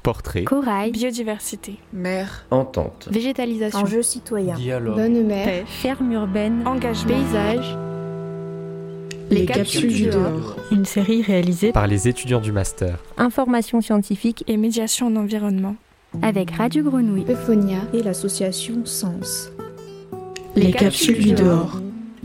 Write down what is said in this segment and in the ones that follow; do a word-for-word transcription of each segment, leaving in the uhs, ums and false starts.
Portrait, corail, biodiversité, mer, entente, végétalisation, enjeux citoyens, dialogue, bonne mère, pêche, ferme urbaine, engagement, paysage. les, les capsules, capsules du dehors. dehors. Une série réalisée par les étudiants du master. Information scientifique et médiation en environnement. Avec Radio Grenouille, Euphonia et l'association Sens. Les, les capsules, capsules du dehors. dehors.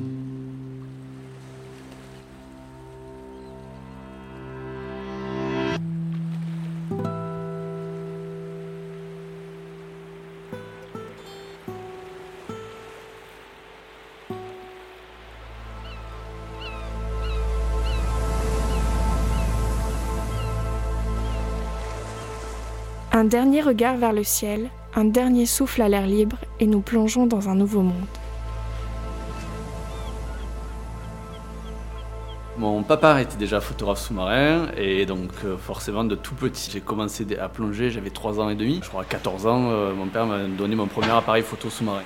Un dernier regard vers le ciel, un dernier souffle à l'air libre et nous plongeons dans un nouveau monde. Mon papa était déjà photographe sous-marin et donc euh, forcément de tout petit j'ai commencé à plonger, j'avais trois ans et demi. Je crois à quatorze ans, euh, mon père m'a donné mon premier appareil photo sous-marin.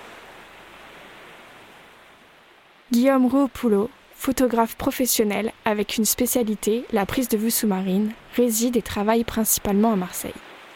Guillaume Ruopulo, photographe professionnel avec une spécialité, la prise de vue sous-marine, réside et travaille principalement à Marseille.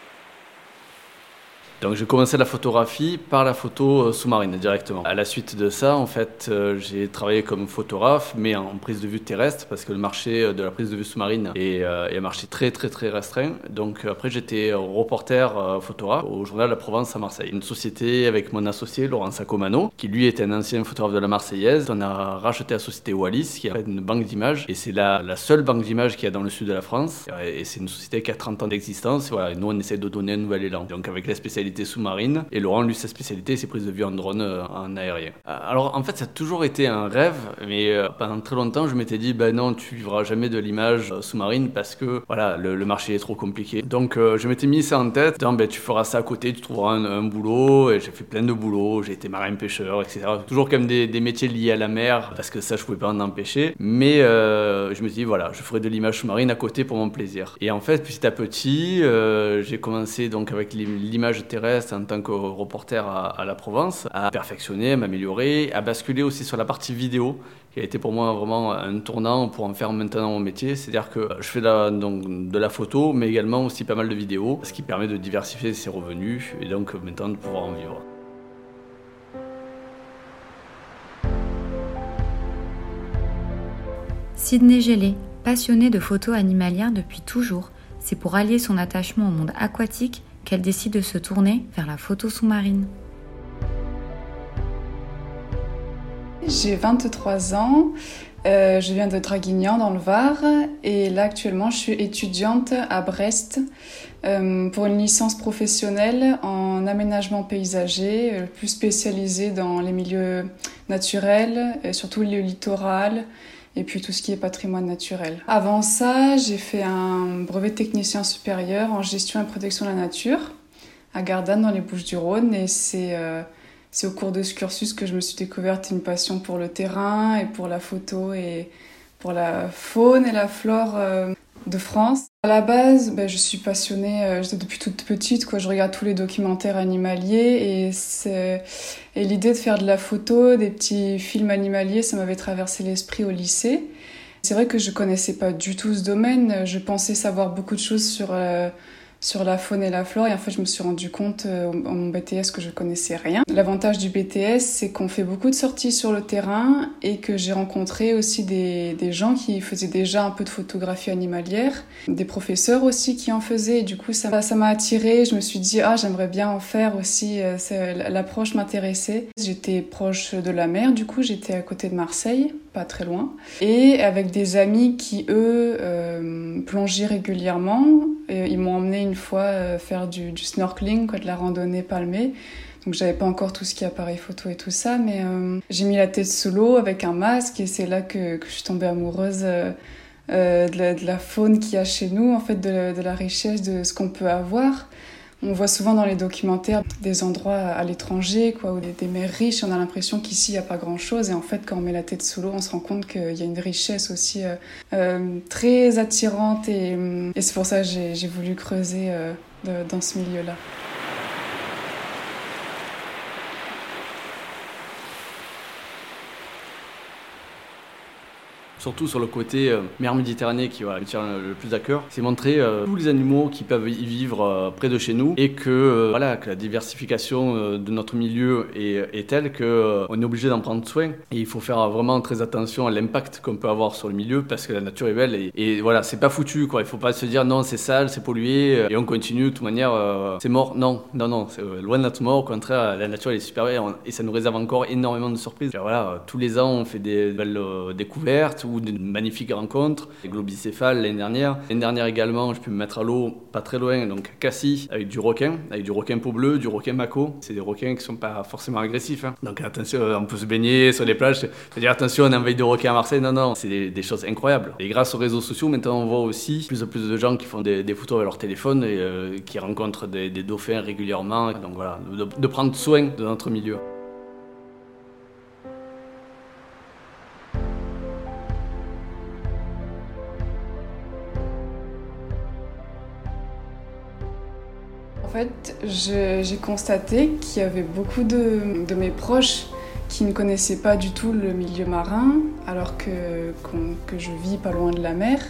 Donc j'ai commencé la photographie par la photo sous-marine directement. À la suite de ça, en fait, euh, j'ai travaillé comme photographe, mais en prise de vue terrestre, parce que le marché de la prise de vue sous-marine est, euh, est un marché très très très restreint. Donc après j'étais reporter euh, photographe au journal La Provence à Marseille. Une société avec mon associé Laurent Sacomano, qui lui était un ancien photographe de la Marseillaise. On a racheté la société Wallis, qui a fait une banque d'images, et c'est la, la seule banque d'images qu'il y a dans le sud de la France. Et c'est une société qui a trente ans d'existence. Et voilà, et nous on essaie de donner un nouvel élan. Donc avec la spécialité sous-marine, et Laurent, lui, sa spécialité, c'est prise de vue en drone, euh, en aérien. Alors, en fait, ça a toujours été un rêve, mais euh, pendant très longtemps, je m'étais dit, ben non, tu vivras jamais de l'image euh, sous-marine parce que, voilà, le, le marché est trop compliqué. Donc, euh, je m'étais mis ça en tête, disant, ben, tu feras ça à côté, tu trouveras un, un boulot, et j'ai fait plein de boulots, j'ai été marin-pêcheur, et cetera. Toujours comme des, des métiers liés à la mer, parce que ça, je pouvais pas en empêcher, mais euh, je me suis dit, voilà, je ferai de l'image sous-marine à côté pour mon plaisir. Et en fait, petit à petit, euh, j'ai commencé donc avec l'image terrestre en tant que reporter à, à la Provence, à perfectionner, à m'améliorer, à basculer aussi sur la partie vidéo, qui a été pour moi vraiment un tournant pour en faire maintenant mon métier. C'est-à-dire que je fais de la, donc, de la photo, mais également aussi pas mal de vidéos, ce qui permet de diversifier ses revenus et donc maintenant de pouvoir en vivre. Sydney Gélé, passionnée de photos animalières depuis toujours, c'est pour allier son attachement au monde aquatique qu'elle décide de se tourner vers la photo sous-marine. J'ai vingt-trois ans, euh, je viens de Draguignan dans le Var et là actuellement je suis étudiante à Brest euh, pour une licence professionnelle en aménagement paysager, euh, plus spécialisée dans les milieux naturels, et surtout le littoral et puis tout ce qui est patrimoine naturel. Avant ça, j'ai fait un brevet de technicien supérieur en gestion et protection de la nature à Gardanne dans les Bouches-du-Rhône et c'est, euh, c'est au cours de ce cursus que je me suis découverte une passion pour le terrain et pour la photo et pour la faune et la flore euh, de France. À la base, ben, je suis passionnée, euh, depuis toute petite, quoi, je regarde tous les documentaires animaliers et, c'est... et l'idée de faire de la photo, des petits films animaliers, ça m'avait traversé l'esprit au lycée. C'est vrai que je connaissais pas du tout ce domaine, je pensais savoir beaucoup de choses sur, euh, sur la faune et la flore et en fait je me suis rendu compte euh, en mon B T S que je connaissais rien. L'avantage du B T S, c'est qu'on fait beaucoup de sorties sur le terrain et que j'ai rencontré aussi des, des gens qui faisaient déjà un peu de photographie animalière, des professeurs aussi qui en faisaient et du coup ça, ça m'a attirée, je me suis dit ah j'aimerais bien en faire aussi, euh, l'approche m'intéressait. J'étais proche de la mer, du coup j'étais à côté de Marseille, pas très loin, et avec des amis qui eux euh, plongeaient régulièrement, et ils m'ont emmené une fois euh, faire du, du snorkeling, quoi, de la randonnée palmée. Donc j'avais pas encore tout ce qui est appareil photo et tout ça, mais euh, j'ai mis la tête sous l'eau avec un masque et c'est là que, que je suis tombée amoureuse euh, euh, de, la, de la faune qu'il y a chez nous, en fait de la, de la richesse de ce qu'on peut avoir. On voit souvent dans les documentaires des endroits à l'étranger, quoi, ou des, des mers riches, on a l'impression qu'ici il n'y a pas grand-chose et en fait quand on met la tête sous l'eau on se rend compte qu'il y a une richesse aussi euh, euh, très attirante et, et c'est pour ça que j'ai, j'ai voulu creuser euh, de, dans ce milieu-là. surtout sur le côté euh, mer Méditerranée qui voilà, me tient le, le plus à cœur. C'est montrer euh, tous les animaux qui peuvent y vivre euh, près de chez nous et que, euh, voilà, que la diversification euh, de notre milieu est, est telle qu'on euh, est obligé d'en prendre soin. Et il faut faire vraiment très attention à l'impact qu'on peut avoir sur le milieu parce que la nature est belle et, et voilà, c'est pas foutu, quoi. Il faut pas se dire non, c'est sale, c'est pollué et on continue de toute manière, euh, c'est mort. Non, non, non, c'est euh, loin d'être mort. Au contraire, la nature elle est super belle et ça nous réserve encore énormément de surprises. Alors, voilà, euh, tous les ans, on fait des belles euh, découvertes ou de magnifiques rencontres. Les globicéphales l'année dernière. L'année dernière également, je peux me mettre à l'eau, pas très loin, donc Cassis, avec du requin, avec du requin peau bleue, du requin mako. C'est des requins qui sont pas forcément agressifs. Hein. Donc attention, on peut se baigner sur les plages. C'est-à-dire attention, on envahit de requins à Marseille. Non, non, c'est des, des choses incroyables. Et grâce aux réseaux sociaux, maintenant on voit aussi plus en plus de gens qui font des, des photos avec leur téléphone et euh, qui rencontrent des, des dauphins régulièrement. Donc voilà, de, de prendre soin de notre milieu. En fait, je, j'ai constaté qu'il y avait beaucoup de, de mes proches qui ne connaissaient pas du tout le milieu marin, alors que, qu'on, que je vis pas loin de la mer.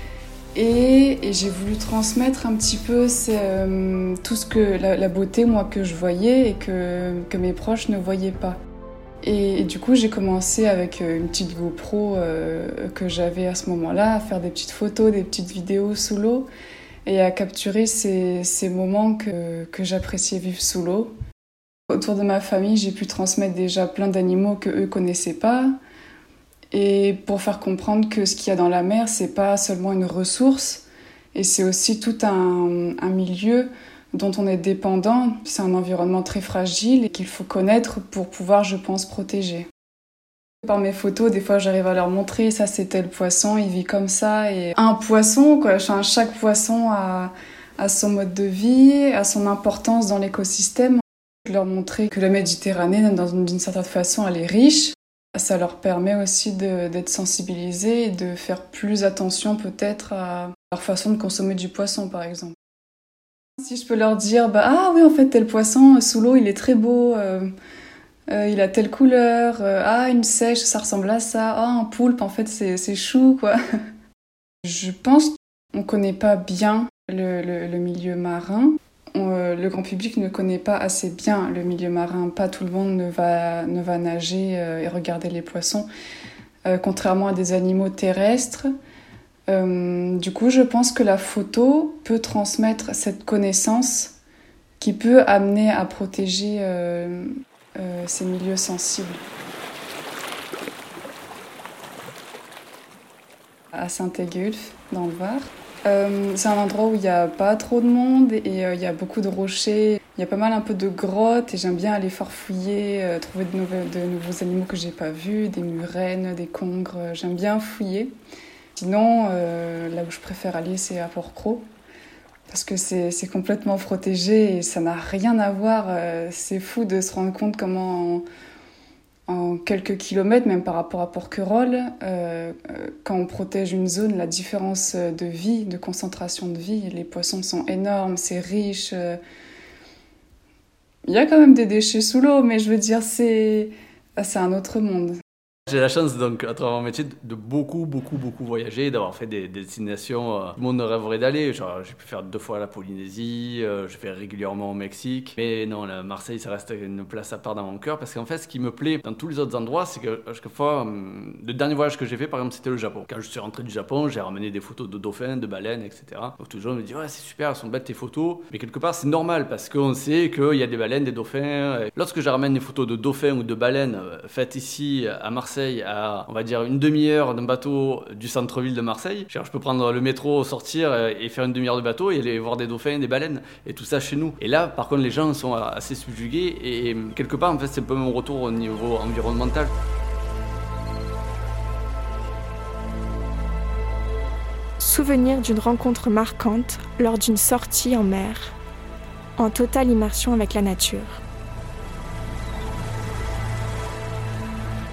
Et, et j'ai voulu transmettre un petit peu euh, tout ce que la, la beauté, moi, que je voyais et que, que mes proches ne voyaient pas. Et, et du coup, j'ai commencé avec une petite GoPro euh, que j'avais à ce moment-là, à faire des petites photos, des petites vidéos sous l'eau et à capturer ces, ces moments que, que j'appréciais vivre sous l'eau. Autour de ma famille, j'ai pu transmettre déjà plein d'animaux qu'eux ne connaissaient pas. Et pour faire comprendre que ce qu'il y a dans la mer, c'est pas seulement une ressource, et c'est aussi tout un, un milieu dont on est dépendant. C'est un environnement très fragile et qu'il faut connaître pour pouvoir, je pense, protéger. Par mes photos, des fois, j'arrive à leur montrer, ça c'est tel poisson, il vit comme ça. Et un poisson, quoi, chaque poisson a, a son mode de vie, a son importance dans l'écosystème. Leur montrer que la Méditerranée, dans une, d'une certaine façon, elle est riche. Ça leur permet aussi de, d'être sensibilisés et de faire plus attention peut-être à leur façon de consommer du poisson, par exemple. Si je peux leur dire, bah, ah oui, en fait, tel poisson, sous l'eau, il est très beau, euh, euh, il a telle couleur, euh, ah, une sèche, ça ressemble à ça, ah, un poulpe, en fait, c'est, c'est chou, quoi. Je pense qu'on ne connaît pas bien le, le, le milieu marin. On, euh, le grand public ne connaît pas assez bien le milieu marin. Pas tout le monde ne va, ne va nager euh, et regarder les poissons, euh, contrairement à des animaux terrestres. Euh, du coup, je pense que la photo peut transmettre cette connaissance qui peut amener à protéger euh, euh, ces milieux sensibles. À Saint-Égulf, dans le Var. Euh, c'est un endroit où il n'y a pas trop de monde et euh, il y a beaucoup de rochers. Il y a pas mal un peu de grottes et j'aime bien aller farfouiller, euh, trouver de, nouvelles, de nouveaux animaux que j'ai pas vus, des murènes, des congres. J'aime bien fouiller. Sinon, euh, là où je préfère aller, c'est à Port-Cros parce que c'est, c'est complètement protégé et ça n'a rien à voir. Euh, c'est fou de se rendre compte comment... En, en quelques kilomètres, même par rapport à Porquerolles, euh, quand on protège une zone, la différence de vie, de concentration de vie, les poissons sont énormes, c'est riche. Euh... Il y a quand même des déchets sous l'eau, mais je veux dire, c'est, c'est un autre monde. J'ai la chance, donc, à travers mon métier, de beaucoup, beaucoup, beaucoup voyager, d'avoir fait des, des destinations euh, tout le monde rêverait d'aller. Genre, j'ai pu faire deux fois la Polynésie, euh, je fais régulièrement au Mexique. Mais non, la Marseille, ça reste une place à part dans mon cœur. Parce qu'en fait, ce qui me plaît dans tous les autres endroits, c'est que, à chaque fois, euh, le dernier voyage que j'ai fait, par exemple, c'était le Japon. Quand je suis rentré du Japon, j'ai ramené des photos de dauphins, de baleines, et cetera. Donc, tout le monde me dit, ouais, c'est super, elles sont belles tes photos. Mais quelque part, c'est normal parce qu'on sait qu'il y a des baleines, des dauphins. Et lorsque je ramène des photos de dauphins ou de baleines euh, faites ici, à Marseille, à, on va dire, une demi-heure d'un bateau du centre-ville de Marseille. Je peux prendre le métro, sortir et faire une demi-heure de bateau et aller voir des dauphins, des baleines, et tout ça chez nous. Et là, par contre, les gens sont assez subjugués et quelque part, en fait, c'est un peu mon retour au niveau environnemental. Souvenir d'une rencontre marquante lors d'une sortie en mer, en totale immersion avec la nature.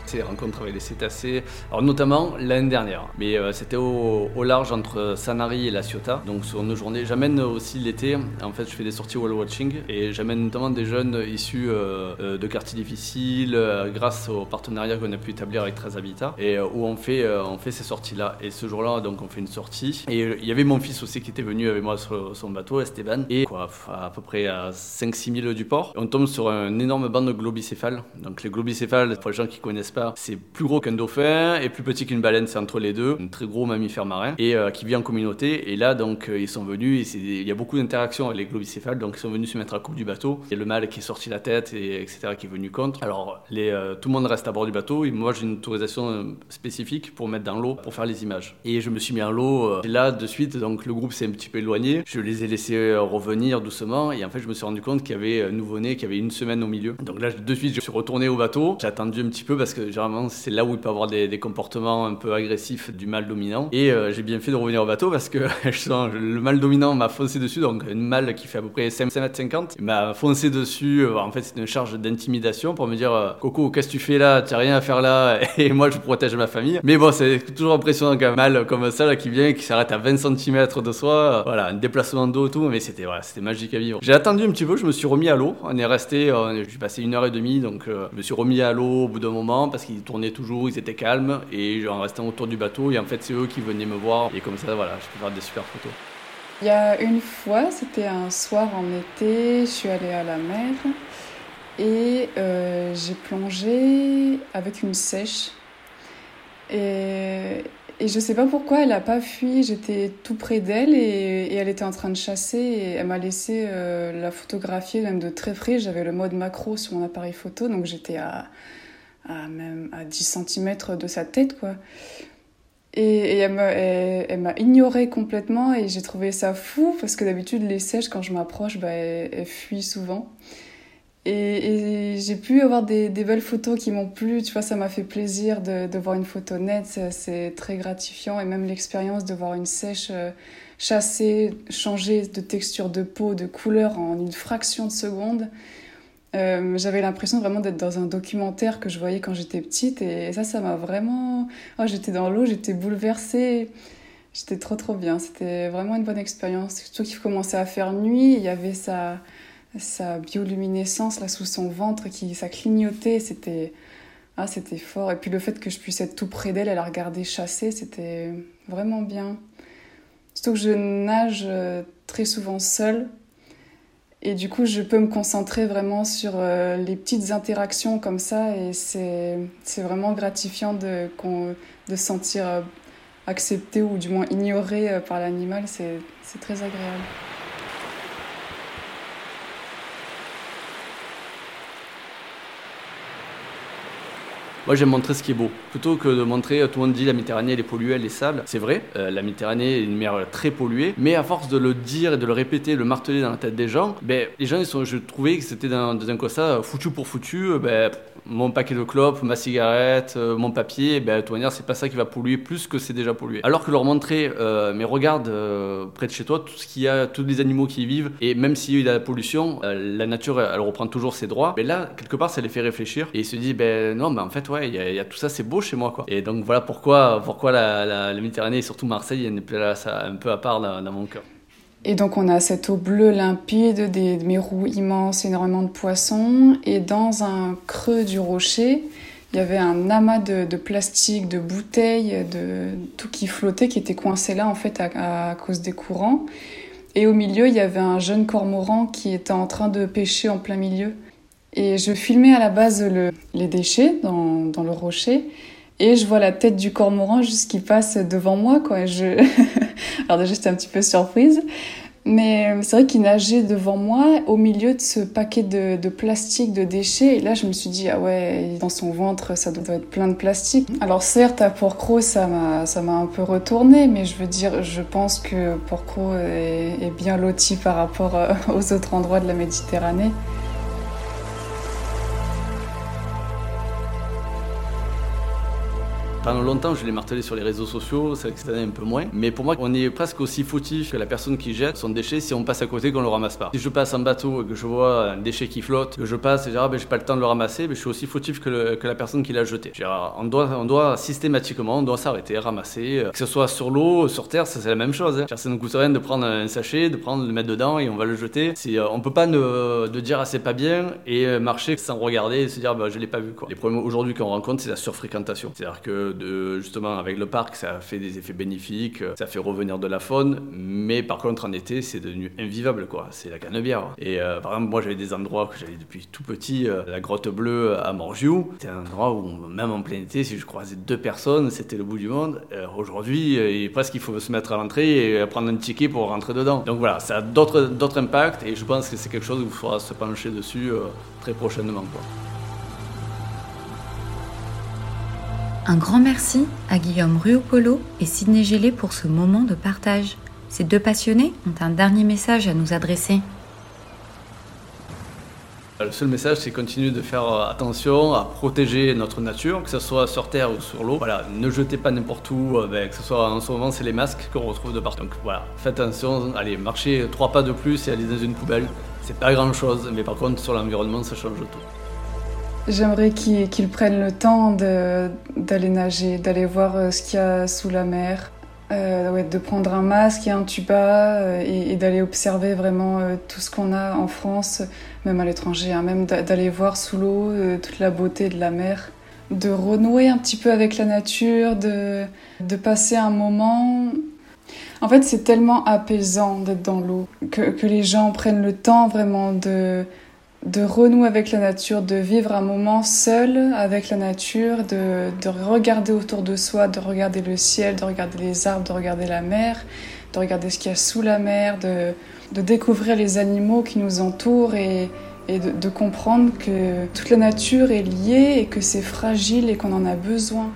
Ces rencontres avec les cétacés, alors notamment l'année dernière, mais euh, c'était au, au large entre Sanary et La Ciotat, donc sur nos journées. J'amène aussi l'été, en fait je fais des sorties whale watching et j'amène notamment des jeunes issus euh, de quartiers difficiles euh, grâce au partenariat qu'on a pu établir avec treize Habitat et euh, où on fait, euh, on fait ces sorties-là. Et ce jour-là, donc on fait une sortie et il euh, y avait mon fils aussi qui était venu avec moi sur son bateau, Esteban, et quoi, à peu près à cinq six mille du port. Et on tombe sur un énorme banc de globicéphales. Donc les globicéphales, pour les gens qui connaissent pas, c'est plus gros qu'un dauphin et plus petit qu'une baleine, c'est entre les deux, un très gros mammifère marin et euh, qui vit en communauté. Et là, donc, euh, ils sont venus, il y a beaucoup d'interactions avec les globicéphales, donc ils sont venus se mettre à coupe du bateau. Il y a le mâle qui est sorti la tête, et, etc., qui est venu contre. Alors, les, euh, tout le monde reste à bord du bateau et moi, j'ai une autorisation spécifique pour mettre dans l'eau, pour faire les images. Et je me suis mis en l'eau, euh, et là, de suite, donc le groupe s'est un petit peu éloigné. Je les ai laissés euh, revenir doucement et en fait, je me suis rendu compte qu'il y avait un nouveau-né qui avait une semaine au milieu. Donc là, de suite, je suis retourné au bateau. J'ai attendu un petit peu parce que généralement, c'est là où il peut avoir des, des comportements un peu agressifs du mâle dominant. Et euh, j'ai bien fait de revenir au bateau parce que je sens, le mâle dominant m'a foncé dessus, donc une mâle qui fait à peu près cinq mètres cinquante. Il m'a foncé dessus, euh, en fait c'était une charge d'intimidation pour me dire euh, Coco, qu'est-ce que tu fais là? Tu n'as rien à faire là et moi je protège ma famille. Mais bon, c'est toujours impressionnant qu'un mâle comme ça là, qui vient, qui s'arrête à vingt centimètres de soi, euh, voilà, un déplacement d'eau et tout, mais c'était, voilà, c'était magique à vivre. J'ai attendu un petit peu, je me suis remis à l'eau, on est resté, euh, j'ai passé une heure et demie, donc euh, je me suis remis à l'eau au bout d'un moment parce qu'ils tournaient toujours, ils étaient calmes et en restant autour du bateau et en fait c'est eux qui venaient me voir et comme ça voilà, je peux faire des super photos. Il y a une fois, c'était un soir en été, je suis allée à la mer et euh, j'ai plongé avec une sèche et, et je sais pas pourquoi elle a pas fui, j'étais tout près d'elle et, et elle était en train de chasser et elle m'a laissé euh, la photographier même de très près. J'avais le mode macro sur mon appareil photo, donc j'étais à, à même à dix centimètres de sa tête quoi. Et, et elle, m'a, elle, elle m'a ignorée complètement et j'ai trouvé ça fou parce que d'habitude les sèches quand je m'approche bah, elles, elles fuient souvent et, et j'ai pu avoir des, des belles photos qui m'ont plu, tu vois, ça m'a fait plaisir de, de voir une photo nette, c'est, c'est très gratifiant et même l'expérience de voir une sèche euh, chasser, changer de texture de peau, de couleur en une fraction de seconde. Euh, j'avais l'impression vraiment d'être dans un documentaire que je voyais quand j'étais petite et ça, ça m'a vraiment... Oh, j'étais dans l'eau, j'étais bouleversée, j'étais trop trop bien, c'était vraiment une bonne expérience. Surtout qu'il commençait à faire nuit, il y avait sa, sa bioluminescence là sous son ventre, qui, ça clignotait, c'était... Ah, c'était fort. Et puis le fait que je puisse être tout près d'elle, elle la regarder chasser, c'était vraiment bien. Surtout que je nage très souvent seule. Et du coup, je peux me concentrer vraiment sur euh, les petites interactions comme ça et c'est, c'est vraiment gratifiant de, qu'on, de se sentir euh, accepté ou du moins ignoré euh, par l'animal, c'est, c'est très agréable. Moi, j'aime montrer ce qui est beau. Plutôt que de montrer, tout le monde dit la Méditerranée, elle est polluée, elle est sale. C'est vrai, euh, la Méditerranée est une mer très polluée. Mais à force de le dire et de le répéter, de le marteler dans la tête des gens, ben, les gens, ils sont, je trouvais que c'était dans, dans un constat foutu pour foutu. Ben, mon paquet de clopes, ma cigarette, euh, mon papier, ben, de toute manière, c'est pas ça qui va polluer plus que c'est déjà pollué. Alors que leur montrer, euh, mais regarde, euh, près de chez toi, tout ce qu'il y a, tous les animaux qui y vivent, et même s'il y a la pollution, euh, la nature, elle reprend toujours ses droits. Mais là, quelque part, ça les fait réfléchir. Et ils se disent, ben non, mais en fait, ouais, il y, y a tout ça, c'est beau chez moi, quoi. Et donc voilà pourquoi, pourquoi la, la, la Méditerranée, et surtout Marseille, elle est place un peu à part dans, dans mon cœur. Et donc on a cette eau bleue limpide, des mérous immenses, énormément de poissons. Et dans un creux du rocher, il y avait un amas de, de plastique, de bouteilles, de tout qui flottait, qui était coincé là en fait à, à cause des courants. Et au milieu, il y avait un jeune cormoran qui était en train de pêcher en plein milieu. Et je filmais à la base le, les déchets dans, dans le rocher. Et je vois la tête du cormoran juste qui passe devant moi, quoi. Je... Alors déjà, j'étais un petit peu surprise. Mais c'est vrai qu'il nageait devant moi, au milieu de ce paquet de, de plastique, de déchets. Et là, je me suis dit, ah ouais, dans son ventre, ça doit être plein de plastique. Alors certes, à Porquerolles, ça m'a, ça m'a un peu retourné. Mais je veux dire, je pense que Porquerolles est, est bien loti par rapport aux autres endroits de la Méditerranée. Pendant longtemps, je l'ai martelé sur les réseaux sociaux, c'est vrai que cette année un peu moins. Mais pour moi, on est presque aussi fautif que la personne qui jette son déchet si on passe à côté qu'on le ramasse pas. Si je passe en bateau et que je vois un déchet qui flotte, que je passe et je dis ah ben j'ai pas le temps de le ramasser, ben je suis aussi fautif que, le, que la personne qui l'a jeté. Je veux dire, on doit, on doit systématiquement, on doit s'arrêter, ramasser, que ce soit sur l'eau, sur terre, ça, c'est la même chose. Hein. Ça ne coûte rien de prendre un sachet, de prendre, le mettre dedans et on va le jeter. C'est, on peut pas ne, de dire ah c'est pas bien et marcher sans regarder et se dire bah je l'ai pas vu quoi. Les problèmes aujourd'hui qu'on rencontre, c'est la surfréquentation. C'est-à-dire que de, justement avec le parc, ça fait des effets bénéfiques, ça fait revenir de la faune, mais par contre en été, c'est devenu invivable quoi. C'est la canebière. Et euh, par exemple, moi j'avais des endroits que j'avais depuis tout petit, euh, la Grotte Bleue à Morgiou. C'était un endroit où même en plein été, si je croisais deux personnes, c'était le bout du monde. Euh, aujourd'hui, euh, presque il faut se mettre à l'entrée et prendre un ticket pour rentrer dedans. Donc voilà, ça a d'autres, d'autres impacts et je pense que c'est quelque chose où il faudra se pencher dessus euh, très prochainement quoi. Un grand merci à Guillaume Ruopolo et Sidney Gélé pour ce moment de partage. Ces deux passionnés ont un dernier message à nous adresser. Le seul message, c'est continuer de faire attention à protéger notre nature, que ce soit sur terre ou sur l'eau. Voilà, ne jetez pas n'importe où, ben, que ce soit en ce moment, c'est les masques qu'on retrouve de partout. Donc voilà, faites attention, allez, marchez trois pas de plus et allez dans une poubelle. C'est pas grand chose, mais par contre, sur l'environnement, ça change tout. J'aimerais qu'ils, qu'ils prennent le temps de, d'aller nager, d'aller voir ce qu'il y a sous la mer. Euh, ouais, de prendre un masque et un tuba euh, et, et d'aller observer vraiment euh, tout ce qu'on a en France, même à l'étranger, hein, même d'a- d'aller voir sous l'eau euh, toute la beauté de la mer, de renouer un petit peu avec la nature, de, de passer un moment. En fait, c'est tellement apaisant d'être dans l'eau, que, que les gens prennent le temps vraiment de, de renouer avec la nature, de vivre un moment seul avec la nature, de, de regarder autour de soi, de regarder le ciel, de regarder les arbres, de regarder la mer, de regarder ce qu'il y a sous la mer, de, de découvrir les animaux qui nous entourent et, et de, de comprendre que toute la nature est liée et que c'est fragile et qu'on en a besoin.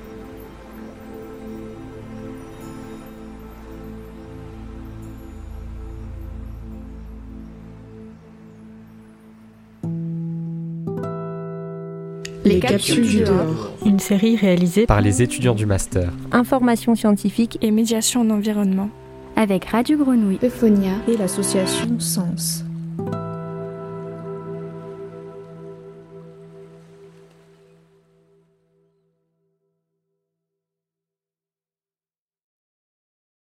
Les capsules du dehors. Une série réalisée par les étudiants du master. Information scientifique et médiation en environnement. Avec Radio Grenouille, Euphonia et l'association Sens.